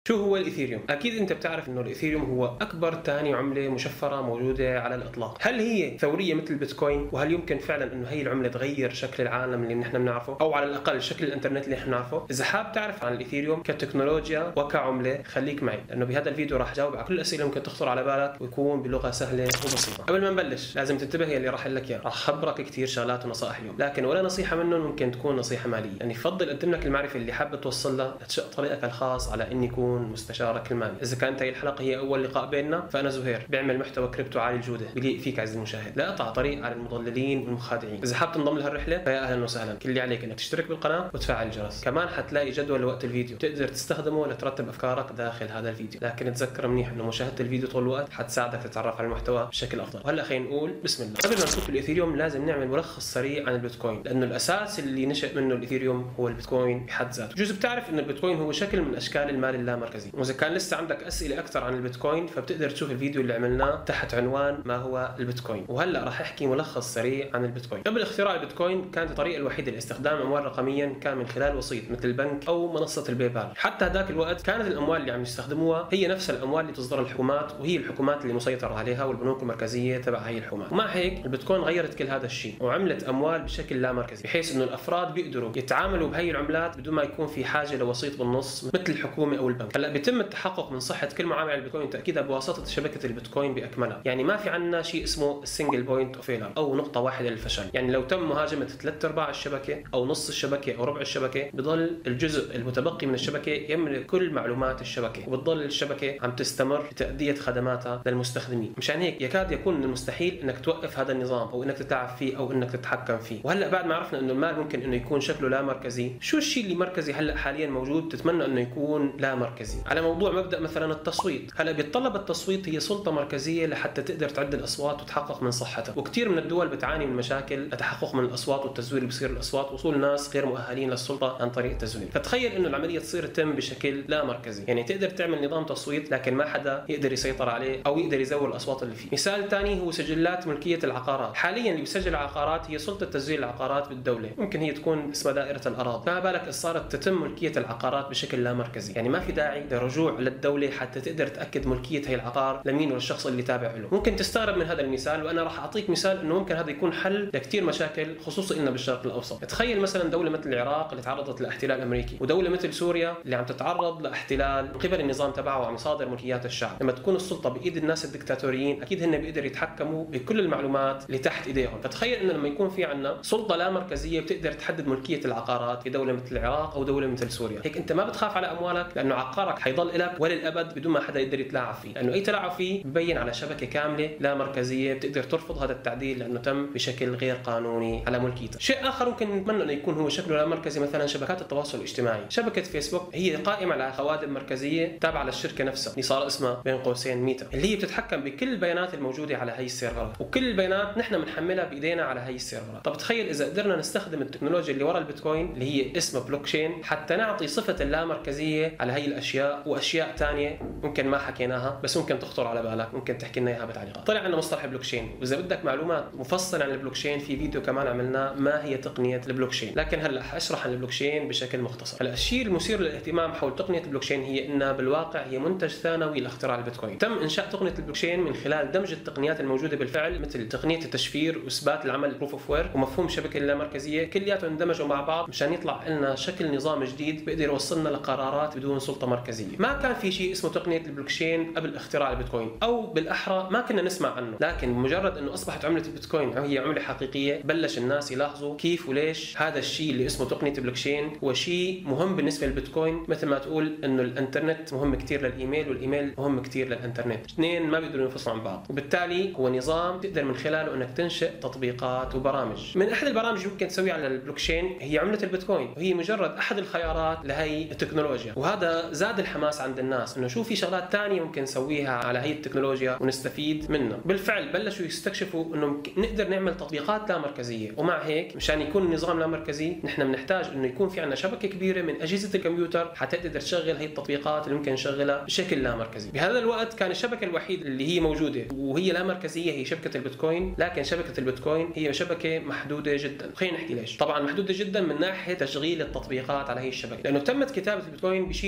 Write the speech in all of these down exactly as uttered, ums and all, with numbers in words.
شو هو الايثيريوم؟ اكيد انت بتعرف انه الايثيريوم هو اكبر ثاني عمله مشفره موجوده على الاطلاق. هل هي ثوريه مثل البيتكوين؟ وهل يمكن فعلا انه هي العمله تغير شكل العالم اللي نحن بنعرفه، او على الاقل شكل الانترنت اللي نحن بنعرفه؟ اذا حاب تعرف عن الايثيريوم كتكنولوجيا وكعمله خليك معي، لانه بهذا الفيديو راح اجاوب على كل الاسئله ممكن تخطر على بالك ويكون بلغه سهله وبسيطه. قبل ما نبلش لازم تنتبه يلي راح اقول لك اياه، راح اخبرك كثير شغلات ونصائح اليوم، لكن ولا نصيحه منهم ممكن تكون نصيحه ماليه، يعني يفضل اقدم لك المعرفه اللي حابب توصل لها لتشق طريقك الخاص على اني اكون مستشارك المالي. اذا كانت هي الحلقه هي اول لقاء بيننا، فانا زهير بعمل محتوى كريبتو عالي الجوده بليق فيك عزيزي المشاهد، لا اقطع طريق على المضللين والمخادعين. اذا حاب تنضم لهالرحله فيا اهلا وسهلا، كل اللي عليك انك تشترك بالقناه وتفعل الجرس. كمان حتلاقي جدول لوقت الفيديو تقدر تستخدمه لترتب افكارك داخل هذا الفيديو، لكن تذكر منيح انه مشاهده الفيديو طول الوقت حتساعدك تتعرف على المحتوى بشكل افضل. وهلا خلينا نقول بسم الله. قبل ما نفوت بالايثيريوم لازم نعمل ملخص سريع عن البيتكوين، لانه الاساس اللي نشأ منه الايثيريوم هو البيتكوين بحد ذاته. بجوز بتعرف انه البيتكوين هو شكل من اشكال المال اللامركزي، واذا كان لسه عندك اسئله اكثر عن البيتكوين فبتقدر تشوف الفيديو اللي عملناه تحت عنوان ما هو البيتكوين. وهلا راح احكي ملخص سريع عن البيتكوين. قبل اختراع البيتكوين كانت الطريقه الوحيده لاستخدام الاموال رقميا كان من خلال وسيط مثل البنك او منصه الباي بال. حتى هذاك الوقت كانت الاموال اللي عم يستخدموها هي نفس الاموال اللي تصدرها الحكومات، وهي الحكومات اللي مسيطره عليها والبنوك المركزيه تبع هي الحكومات. ومع هيك البيتكوين غيرت كل هذا الشيء وعملت اموال بشكل لا مركزي، بحيث انه الافراد بيقدروا يتعاملوا بهي العملات بدون ما يكون في حاجه لوسيط بالنص مثل الحكومه او البنك. هلا بيتم التحقق من صحه كل معامله البيتكوين تاكيدها بواسطه شبكه البيتكوين باكملها، يعني ما في عندنا شيء اسمه السنجل بوينت اوف فيلر او نقطه واحده للفشل، يعني لو تم مهاجمه ثلاث ارباع الشبكه او نص الشبكه او ربع الشبكه بضل الجزء المتبقي من الشبكه يملك كل معلومات الشبكه، وبتضل الشبكه عم تستمر في تاديه خدماتها للمستخدمين. مشان هيك يكاد يكون من المستحيل انك توقف هذا النظام او انك تتعب فيه او انك تتحكم فيه. وهلا بعد ما عرفنا انه المال ممكن انه يكون شكله لا مركزي، شو الشيء اللي مركزي هلا حاليا موجود تتمنى انه يكون لا مركزي؟ على موضوع مبدا مثلا التصويت. هلا بيتطلب التصويت هي سلطه مركزيه لحتى تقدر تعد الاصوات وتحقق من صحتها، وكثير من الدول بتعاني من مشاكل التحقق من الاصوات والتزوير اللي بصير الاصوات، وصول ناس غير مؤهلين للسلطه عن طريق التزوير. فتخيل انه العمليه تصير تتم بشكل لا مركزي، يعني تقدر تعمل نظام تصويت لكن ما حدا يقدر يسيطر عليه او يقدر يزور الاصوات اللي فيه. مثال ثاني هو سجلات ملكيه العقارات. حاليا اللي بيسجل العقارات هي سلطه تسجيل العقارات بالدوله، ممكن هي تكون اسمها دائره الاراضي، فما بالك صارت تتم ملكيه العقارات بشكل لا مركزي، يعني ما في داعي للرجوع للدوله حتى تقدر تاكد ملكيه هي العقار لمين والشخص اللي تابع له. ممكن تستغرب من هذا المثال، وانا راح اعطيك مثال انه ممكن هذا يكون حل لكثير مشاكل خصوصا إلنا بالشرق الاوسط. تخيل مثلا دوله مثل العراق اللي تعرضت لاحتلال امريكي، ودوله مثل سوريا اللي عم تتعرض لاحتلال من قبل النظام تبعه وعم يصادر ملكيات الشعب. لما تكون السلطه بايد الناس الدكتاتوريين اكيد هن بيقدروا يتحكموا بكل المعلومات اللي تحت ايديهم. فتخيل انه لما يكون في عندنا سلطه لا مركزيه بتقدر تحدد ملكيه العقارات في دوله مثل العراق او دوله مثل سوريا، هيك انت ما بتخاف على اموالك لانه عقارك حيضل لك وللابد بدون ما حدا يقدر يتلاعب فيه، لانه اي تلاعب فيه ببين على شبكه كامله لا مركزيه بتقدر ترفض هذا التعديل لانه تم بشكل غير قانوني على ملكيته. شيء اخر ممكن نتمنى انه يكون هو شكله لا مركزي، مثلا شبكات التواصل الاجتماعي. شبكه فيسبوك هي قائمه على خوادم مركزيه تابعه للشركه نفسها اللي صار اسمها بين قوسين ميتا، اللي هي بتتحكم بكل البيانات الموجوده على هي السيرفرات، وكل البيانات نحن بنحملها بايدينا على هي السيرفرات. طب تخيل اذا قدرنا نستخدم التكنولوجيا اللي ورا البيتكوين اللي هي اسمها بلوك تشين حتى نعطي صفه اللامركزيه على هي الاشياء، واشياء ثانيه ممكن ما حكيناها بس ممكن تخطر على بالك، ممكن تحكي لنا اياها بالتعليقات. طلع عندنا مصطلح بلوك تشين، واذا بدك معلومات مفصله عن البلوك تشين في فيديو كمان عملناه ما هي تقنيه البلوك تشين، لكن هلا حاشرح عن البلوك تشين بشكل مختصر. هلا الشيء المثير للاهتمام حول تقنيه البلوك تشين هي انها بالواقع هي منتج ثانوي لاختراع البيتكوين. تم انشاء تقنيه البلوك تشين من خلال دمج التقنيات الموجوده بالفعل مثل تقنيه التشفير واثبات العمل بروف اوف ويرك ومفهوم الشبكه اللامركزيه، كلياتهم اندمجوا مع بعض مشان يطلع لنا شكل نظام جديد بيقدر يوصلنا لقرارات بدون سلطه مركزيه. ما كان في شيء اسمه تقنيه البلوك تشين قبل اختراع البيتكوين، او بالاحرى ما كنا نسمع عنه، لكن بمجرد انه اصبحت عمله البيتكوين وهي عمله حقيقيه بلش الناس يلاحظوا كيف وليش هذا الشيء اللي اسمه تقنيه البلوك تشين هو شيء مهم بالنسبه للبيتكوين، مثل ما تقول انه الانترنت مهم كثير للايميل والايميل مهم كثير للانترنت، اثنين ما بيقدروا ينفصلوا عن بعض. وبالتالي هو نظام تقدر من خلاله انك تنشئ تطبيقات وبرامج. من احد البرامج اللي ممكن تسويها على البلوك تشين هي عمله البيتكوين، وهي مجرد احد الخيارات لهي التكنولوجيا، وهذا زاد الحماس عند الناس انه شو في شغلات ثانيه ممكن نسويها على هي التكنولوجيا ونستفيد منها. بالفعل بلشوا يستكشفوا انه نقدر نعمل تطبيقات لا مركزيه، ومع هيك مشان يكون النظام لا مركزي نحن بنحتاج انه يكون في عندنا شبكه كبيره من اجهزه الكمبيوتر حتى تقدر تشغل هي التطبيقات اللي ممكن نشغلها بشكل لا مركزي. بهذا الوقت كان الشبكه الوحيده اللي هي موجوده وهي لا مركزيه هي شبكه البيتكوين، لكن شبكه البيتكوين هي شبكه محدوده جدا. خلينا نحكي ليش. طبعا محدوده جدا من ناحيه تشغيل التطبيقات على هي الشبكه، لانه تمت كتابه البيتكوين بشيء اسمه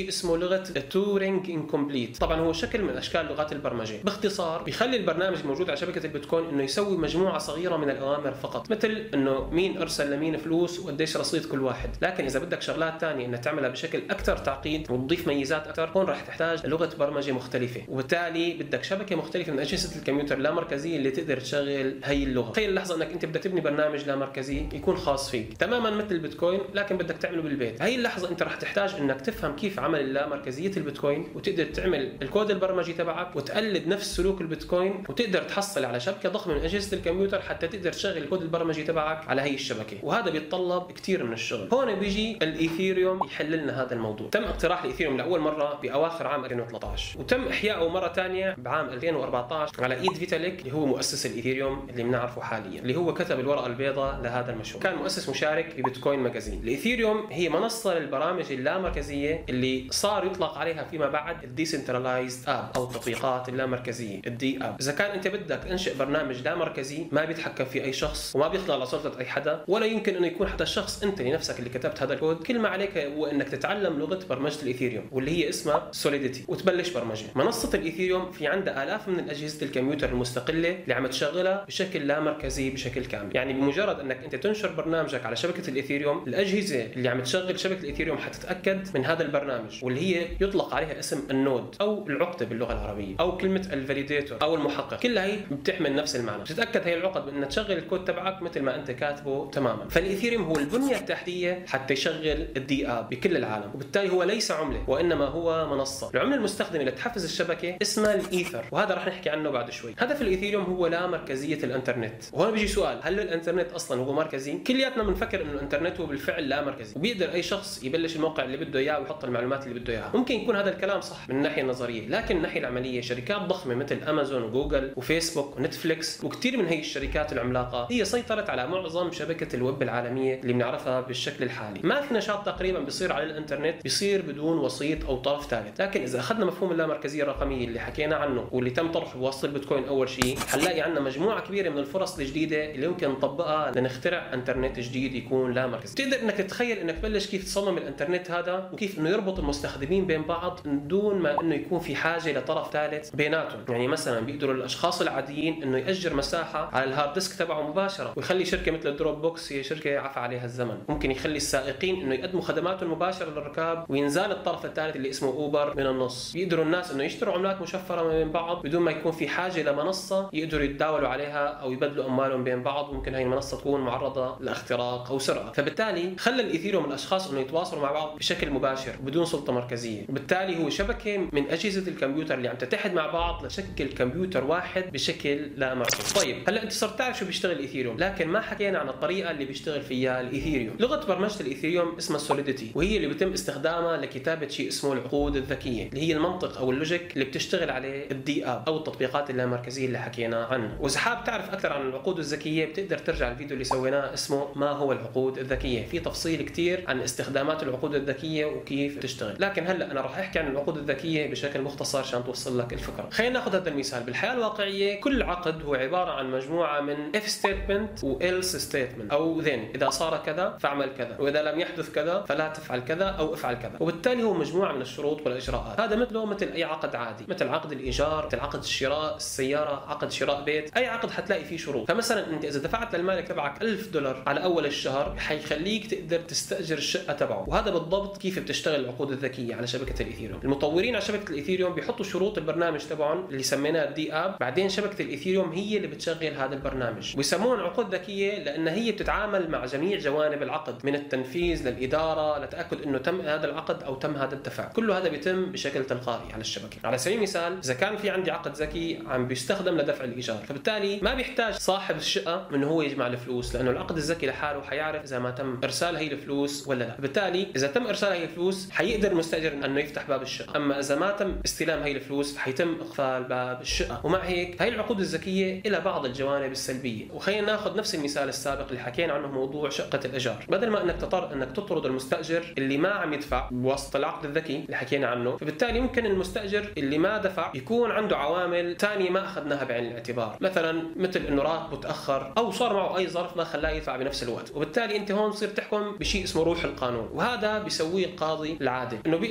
لغه تورينج انكمبليت. طبعا هو شكل من اشكال لغات البرمجه. باختصار بيخلي البرنامج الموجود على شبكه البيتكوين انه يسوي مجموعه صغيره من الاوامر فقط، مثل انه مين ارسل لمين فلوس وقديش رصيد كل واحد. لكن اذا بدك شغلات ثانيه انها تعملها بشكل اكثر تعقيد وتضيف ميزات اكثر، هون راح تحتاج لغه برمجه مختلفه، وبالتالي بدك شبكه مختلفه من اجهزه الكمبيوتر لا مركزيه اللي تقدر تشغل هي اللغه. تخيل اللحظه انك انت بدك تبني برنامج لا مركزي يكون خاص فيك تماما مثل البيتكوين، لكن بدك تعمله بالبيت. هي اللحظه انت راح تحتاج انك تفهم كيف عمل اللامركزيه البيتكوين، وتقدر تعمل الكود البرمجي تبعك وتقلد نفس سلوك البيتكوين، وتقدر تحصل على شبكه ضخمه من اجهزه الكمبيوتر حتى تقدر تشغل الكود البرمجي تبعك على هي الشبكه، وهذا بيتطلب كثير من الشغل. هون بيجي الايثيريوم يحل لنا هذا الموضوع. تم اقتراح الايثيريوم لاول مره باواخر عام ألفين وثلاثة عشر، وتم احيائه مره ثانيه بعام ألفين وأربعة عشر على ايد فيتاليك اللي هو مؤسس الايثيريوم اللي بنعرفه حاليا، اللي هو كتب الورقه البيضاء لهذا المشروع. كان مؤسس مشارك ببيتكوين ماجازين. الايثيريوم هي منصه للبرامج اللامركزيه اللي صار يطلق عليها فيما بعد الديسنترلايزد اب او التطبيقات اللامركزيه، الدي اب. اذا كان انت بدك تنشئ برنامج لا مركزي ما بيتحكم فيه اي شخص وما بيخضع لسلطه اي حدا، ولا يمكن انه يكون حتى الشخص انت لنفسك اللي كتبت هذا الكود، كل ما عليك هو انك تتعلم لغه برمجه الايثيريوم واللي هي اسمها سوليديتي وتبلش برمجه. منصه الايثيريوم في عندها الاف من اجهزه الكمبيوتر المستقله اللي عم تشغلها بشكل لا مركزي بشكل كامل. يعني بمجرد انك انت تنشر برنامجك على شبكه الايثيريوم، الاجهزه اللي عم تشغل شبكه الايثيريوم حتتاكد من هذا البرنامج، واللي هي يطلق عليها اسم النود او العقده باللغه العربيه، او كلمه الفاليديتور او المحقق. كلها هي بتحمل نفس المعنى. بتتاكد هي العقد بان تشغل الكود تبعك مثل ما انت كاتبه تماما. فالايثيريوم هو البنيه التحتيه حتى يشغل الدي اب بكل العالم، وبالتالي هو ليس عمله وانما هو منصه. العمله المستخدمه لتحفز الشبكه اسمها الايثر، وهذا رح نحكي عنه بعد شوي. هدف الايثيريوم هو لا مركزيه الانترنت. وهون بيجي سؤال، هل الانترنت اصلا هو مركزي؟ كلياتنا بنفكر انه الانترنت هو بالفعل لا مركزي، وبيقدر اي شخص يبلش الموقع اللي بده اياه ويحط المعلومات اللي بده اياها. ممكن يكون هذا الكلام صح من الناحيه النظريه، لكن من الناحيه العمليه شركات ضخمه مثل امازون وجوجل وفيسبوك ونتفليكس وكثير من هي الشركات العملاقه هي سيطرت على معظم شبكه الويب العالميه اللي بنعرفها بالشكل الحالي. ما في نشاط تقريبا بيصير على الانترنت بيصير بدون وسيط او طرف ثالث. لكن اذا اخذنا مفهوم اللامركزيه الرقميه اللي حكينا عنه واللي تم طرحه بواسطه البيتكوين اول شيء، حنلاقي عندنا مجموعه كبيره من الفرص الجديده اللي يمكن نطبقها لنخترع انترنت جديد يكون لا مركزي. تقدر انك تتخيل انك تبلش كيف تصمم الانترنت هذا وكيف انه يربط المستخدمين بين بعض دون ما انه يكون في حاجه لطرف ثالث بيناتهم. يعني مثلا بيقدروا الاشخاص العاديين انه ياجر مساحه على الهارد ديسك تبعه مباشره، ويخلي شركه مثل الدروب بوكس هي شركه عفى عليها الزمن. ممكن يخلي السائقين انه يقدموا خدماتهم المباشره للركاب، وينزال الطرف الثالث اللي اسمه اوبر من النص. بيقدروا الناس انه يشتروا عملات مشفره ما بين بعض بدون ما يكون في حاجه لمنصه يقدروا يتداولوا عليها او يبدلوا اموالهم بين بعض، وممكن هاي المنصه تكون معرضه لاختراق او سرقه. فبالتالي خلى الايثيريوم الاشخاص انه يتواصلوا مع بعض بشكل مباشر بدون سلطه مركزيه، وبالتالي هو شبكه من اجهزه الكمبيوتر اللي عم تتحد مع بعض لشكل كمبيوتر واحد بشكل لا مركزي. طيب هلا انت صرت تعرف شو بيشتغل الايثيريوم، لكن ما حكينا عن الطريقه اللي بيشتغل فيها الايثيريوم. لغه برمجه الايثيريوم اسمها سوليديتي، وهي اللي بيتم استخدامها لكتابه شيء اسمه العقود الذكيه، اللي هي المنطق او اللوجيك اللي بتشتغل عليه الدي اب او التطبيقات اللامركزيه اللي حكينا عنها. واذا حابب تعرف اكثر عن العقود الذكيه بتقدر ترجع الفيديو اللي سويناه اسمه ما هو العقود الذكيه، في تفصيل كثير عن استخدامات العقود الذكيه وكيف تشتغل. لكن هلا انا راح احكي عن العقود الذكيه بشكل مختصر عشان توصل لك الفكره. خلينا ناخذ هذا المثال. بالحياه الواقعيه كل عقد هو عباره عن مجموعه من if statement و else statement او then، اذا صار كذا فاعمل كذا، واذا لم يحدث كذا فلا تفعل كذا او افعل كذا. وبالتالي هو مجموعه من الشروط والاجراءات. هذا مثله مثل اي عقد عادي، مثل عقد الايجار، مثل عقد الشراء السياره، عقد شراء بيت. اي عقد حتلاقي فيه شروط. فمثلا انت اذا دفعت للمالك تبعك ألف دولار على اول الشهر حيخليك تقدر تستاجر الشقه تبعه. وهذا بالضبط كيف بتشتغل العقود الذكيه على شبكه الايثيريوم. المطورين على شبكه الايثيريوم بيحطوا شروط البرنامج تبعهم اللي سميناه الدي اب، بعدين شبكه الايثيريوم هي اللي بتشغل هذا البرنامج، ويسمون عقود ذكيه لان هي بتتعامل مع جميع جوانب العقد، من التنفيذ للاداره لتاكد انه تم هذا العقد او تم هذا الدفع. كل هذا بيتم بشكل تلقائي على الشبكه. على سبيل المثال اذا كان في عندي عقد ذكي عم بيستخدم لدفع الايجار، فبالتالي ما بيحتاج صاحب الشقه انه هو يجمع الفلوس، لانه العقد الذكي لحاله حيعرف اذا ما تم ارسال هي الفلوس ولا لا. بالتالي اذا تم ارسال هي الفلوس حيقدر المستاجر انه يفتح باب الشقه، اما اذا ما تم استلام هي الفلوس حيتم اقفال باب الشقه. ومع هيك هي العقود الذكيه إلى بعض الجوانب السلبيه. وخلينا ناخذ نفس المثال السابق اللي حكينا عنه موضوع شقه الايجار. بدل ما انك تضطر انك تطرد المستاجر اللي ما عم يدفع بواسطه العقد الذكي اللي حكينا عنه، فبالتالي ممكن المستاجر اللي ما دفع يكون عنده عوامل ثانيه ما اخذناها بعين الاعتبار، مثلا مثل انه راتبه تاخر او صار معه اي ظرف ما خلاه يدفع بنفس الوقت. وبالتالي انت هون تصير تحكم بشيء اسمه روح القانون، وهذا بيسويه القاضي العادل، انه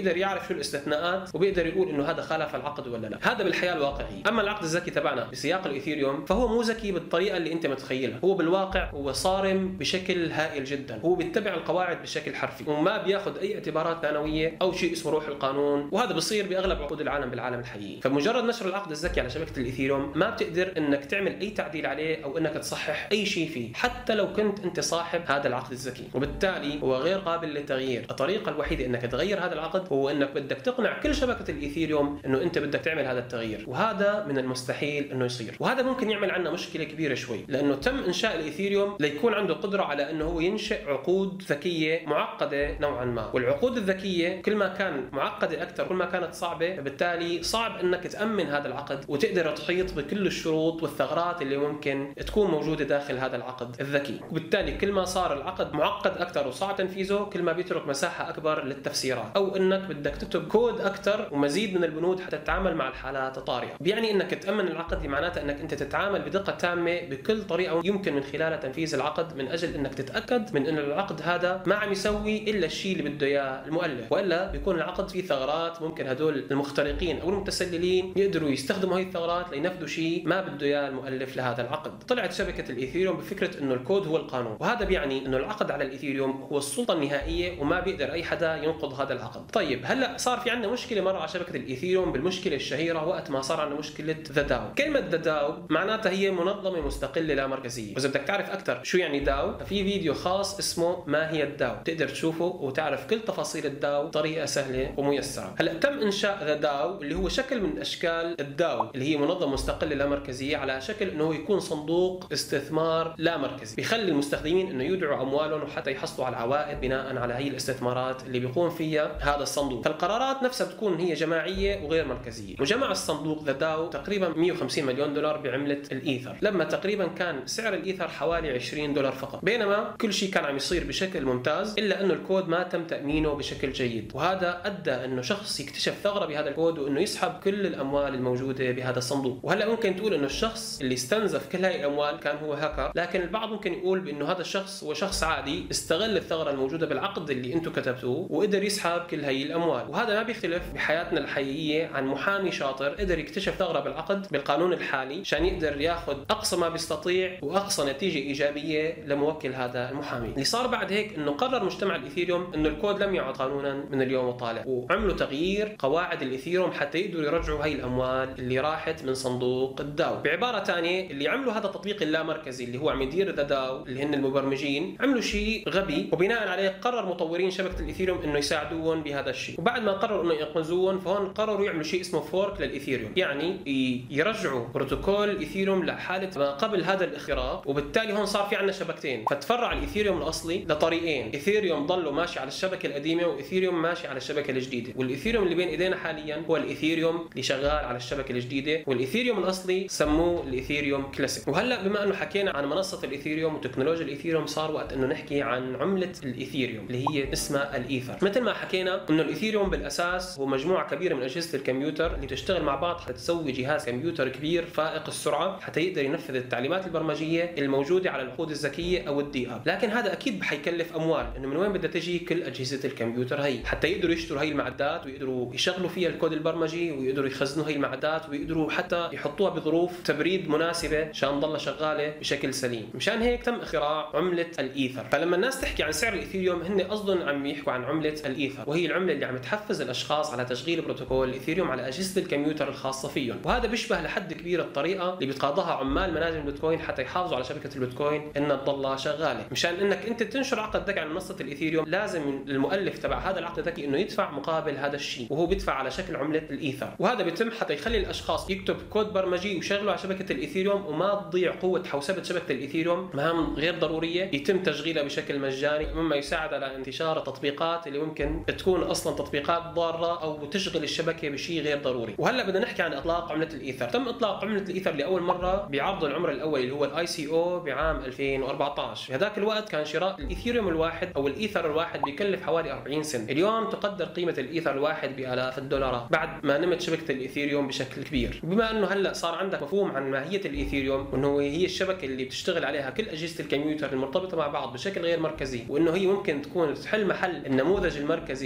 وبيقدر يعرف شو الاستثناءات وبيقدر يقول انه هذا خالف العقد ولا لا. هذا بالحياه الواقعيه. اما العقد الذكي تبعنا بسياق الايثيريوم فهو مو ذكي بالطريقه اللي انت متخيلها، هو بالواقع هو صارم بشكل هائل جدا، هو بيتبع القواعد بشكل حرفي وما بياخذ اي اعتبارات ثانويه او شيء اسمه روح القانون، وهذا بصير باغلب عقود العالم بالعالم الحقيقي. فمجرد نشر العقد الذكي على شبكه الايثيريوم ما بتقدر انك تعمل اي تعديل عليه او انك تصحح اي شيء فيه حتى لو كنت انت صاحب هذا العقد الذكي، وبالتالي هو غير قابل للتغيير. الطريقه الوحيده انك تغير هذا العقد هو انك بدك تقنع كل شبكه الايثيريوم انه انت بدك تعمل هذا التغيير، وهذا من المستحيل انه يصير. وهذا ممكن يعمل عنا مشكله كبيره شوي، لانه تم انشاء الايثيريوم ليكون عنده قدره على انه هو ينشئ عقود ذكيه معقده نوعا ما، والعقود الذكيه كل ما كان معقده اكثر كل ما كانت صعبه، فبالتالي صعب انك تامن هذا العقد وتقدر تحيط بكل الشروط والثغرات اللي ممكن تكون موجوده داخل هذا العقد الذكي. وبالتالي كل ما صار العقد معقد اكثر وصعب تنفيذه كل ما بيترك مساحه اكبر للتفسيرات، او انك بدك تكتب كود اكثر ومزيد من البنود حتى تتعامل مع الحالات الطارئه. يعني انك تامن العقد معناتها انك انت تتعامل بدقه تامه بكل طريقه يمكن من خلالها تنفيذ العقد، من اجل انك تتاكد من ان العقد هذا ما عم يسوي الا الشيء اللي بده اياه المؤلف، والا بيكون العقد فيه ثغرات ممكن هدول المخترقين او المتسللين يقدروا يستخدموا هي الثغرات لينفذوا شيء ما بده اياه المؤلف لهذا العقد. طلعت شبكه الايثيريوم بفكره انه الكود هو القانون، وهذا بيعني انه العقد على الايثيريوم هو السلطه النهائيه وما بيقدر اي حدا ينقض هذا العقد. طيب هلا صار في عندنا مشكله مره على شبكه الايثيريوم بالمشكله الشهيره وقت ما صار عندنا مشكله ذا داو. كلمه ذا داو معناتها هي منظمه مستقله لا مركزيه، واذا بدك تعرف اكثر شو يعني داو ففي فيديو خاص اسمه ما هي الداو، تقدر تشوفه وتعرف كل تفاصيل الداو بطريقه سهله وميسره. هلا تم انشاء ذا داو اللي هو شكل من اشكال الداو اللي هي منظمه مستقله لا مركزيه على شكل انه يكون صندوق استثمار لا مركزي، بيخلي المستخدمين انه يودعوا اموالهم وحتى يحصلوا على العوائد بناء على هي الاستثمارات اللي بيقوم فيها هذا الصندوق. فالقرارات نفسها بتكون هي جماعيه وغير مركزيه. وجمع الصندوق ذا داو تقريبا مئة وخمسين مليون دولار بعمله الايثر، لما تقريبا كان سعر الايثر حوالي عشرين دولار فقط، بينما كل شيء كان عم يصير بشكل ممتاز الا انه الكود ما تم تامينه بشكل جيد، وهذا ادى انه شخص يكتشف ثغره بهذا الكود وانه يسحب كل الاموال الموجوده بهذا الصندوق. وهلا ممكن تقول انه الشخص اللي استنزف كل هاي الاموال كان هو هاكر، لكن البعض ممكن يقول بانه هذا الشخص هو شخص عادي استغل الثغره الموجوده بالعقد اللي انتم كتبتوه وقدر يسحب كل هي الاموال. وهذا ما بيختلف بحياتنا الحقيقيه عن محامي شاطر قدر يكتشف ثغره بالعقد بالقانون الحالي عشان يقدر ياخذ اقصى ما بيستطيع واقصى نتيجه ايجابيه لموكل هذا المحامي. اللي صار بعد هيك انه قرر مجتمع الايثيريوم انه الكود لم يعد قانونا من اليوم وطالع، وعملوا تغيير قواعد الايثيريوم حتى يقدروا يرجعوا هي الاموال اللي راحت من صندوق الداو. بعباره ثانيه اللي عملوا هذا التطبيق اللامركزي اللي هو عم يدير ذا داو اللي هن المبرمجين عملوا شيء غبي، وبناء عليه قرر مطورين شبكه الايثيريوم انه يساعدوهم بهذا الشيء. وبعد ما قرروا انه ينقذوهم فهون قرروا يعملوا شيء اسمه فورك للايثيريوم، يعني يرجعوا بروتوكول الايثيريوم لحاله ما قبل هذا الاختراق. وبالتالي هون صار في عندنا شبكتين، فتفرع الايثيريوم الاصلي لطريقين، ايثيريوم ضلوا ماشي على الشبكه القديمه وايثيريوم ماشي على الشبكه الجديده. والايثيريوم اللي بين ايدينا حاليا هو الايثيريوم اللي شغال على الشبكه الجديده، والايثيريوم الاصلي سموه الايثيريوم كلاسيك. وهلا بما انه حكينا عن منصه الايثيريوم وتكنولوجيا الايثيريوم صار وقت انه نحكي عن عمله الايثيريوم اللي هي اسمها الايثر. مثل ما حكينا انه الايثيريوم بالاساس هو مجموعه كبيره من اجهزه الكمبيوتر اللي تشتغل مع بعض حتى تسوي جهاز كمبيوتر كبير فائق السرعه حتى يقدر ينفذ التعليمات البرمجيه الموجوده على العقود الذكيه او الدي اب. لكن هذا اكيد حيكلف اموال، انه من وين بدها تجي كل اجهزه الكمبيوتر هي حتى يقدروا يشتروا هي المعدات ويقدروا يشغلوا فيها الكود البرمجي ويقدروا يخزنوا هي المعدات ويقدروا حتى يحطوها بظروف تبريد مناسبه عشان تضلها شغاله بشكل سليم. مشان هيك تم اختراع عمله الايثر. فلما الناس تحكي عن سعر الايثيريوم هن قصدهم عم يحكوا عن عمله الايثر، وهي العمله اللي عم تحفز الاشخاص على تشغيل بروتوكول الايثيريوم على اجهزه الكمبيوتر الخاصه فيهم. وهذا بيشبه لحد كبير الطريقه اللي بيتقاضاها عمال مناجم البيتكوين حتى يحافظوا على شبكه البيتكوين انها تضلها شغاله. مشان انك انت تنشر عقد ذكي على منصه الايثيريوم لازم المؤلف تبع هذا العقد الذكي انه يدفع مقابل هذا الشيء، وهو بيدفع على شكل عمله الايثر. وهذا بيتم حتى يخلي الاشخاص يكتب كود برمجي ويشغلوا على شبكه الايثيريوم وما تضيع قوه حوسبه شبكه الايثيريوم مهام غير ضروريه يتم تشغيلها بشكل مجاني، مما يساعد على انتشار التطبيقات اللي ممكن تكون اصلا تطبيقات ضاره او تشغل الشبكه بشيء غير ضروري. وهلا بدنا نحكي عن اطلاق عمله الايثر. تم اطلاق عمله الايثر لاول مره بعرض العمر الاول اللي هو الاي سي او بعام ألفين وأربعطعش. في هذاك الوقت كان شراء الايثيريوم الواحد او الايثر الواحد بيكلف حوالي أربعين سنت. اليوم تقدر قيمه الايثر الواحد بالاف الدولارات بعد ما نمت شبكه الايثيريوم بشكل كبير. بما انه هلا صار عندك مفهوم عن ماهيه الايثيريوم وانه هي الشبكه اللي بتشتغل عليها كل اجهزه الكمبيوتر المرتبطه مع بعض بشكل غير مركزي، وانه هي ممكن تكون تحل محل النموذج المركزي للبرامج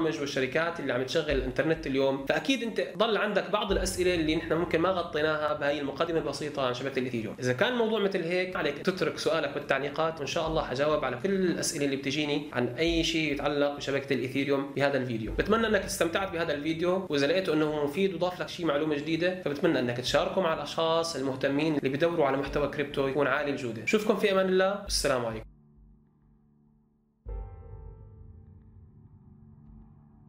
البرامج والشركات اللي عم تشغل الانترنت اليوم، فاكيد انت ضل عندك بعض الاسئله اللي نحن ممكن ما غطيناها بهي المقدمه البسيطه عن شبكه الايثيريوم. اذا كان الموضوع مثل هيك عليك تترك سؤالك بالتعليقات، وان شاء الله حجاوب على كل الاسئله اللي بتجيني عن اي شيء يتعلق بشبكه الايثيريوم بهذا الفيديو. بتمنى انك استمتعت بهذا الفيديو، واذا لقيته انه مفيد وضاف لك شيء معلومه جديده فبتمنى انك تشاركه مع الاشخاص المهتمين اللي بدوروا على محتوى كريبتو يكون عالي الجوده. اشوفكم في امان الله، والسلام عليكم.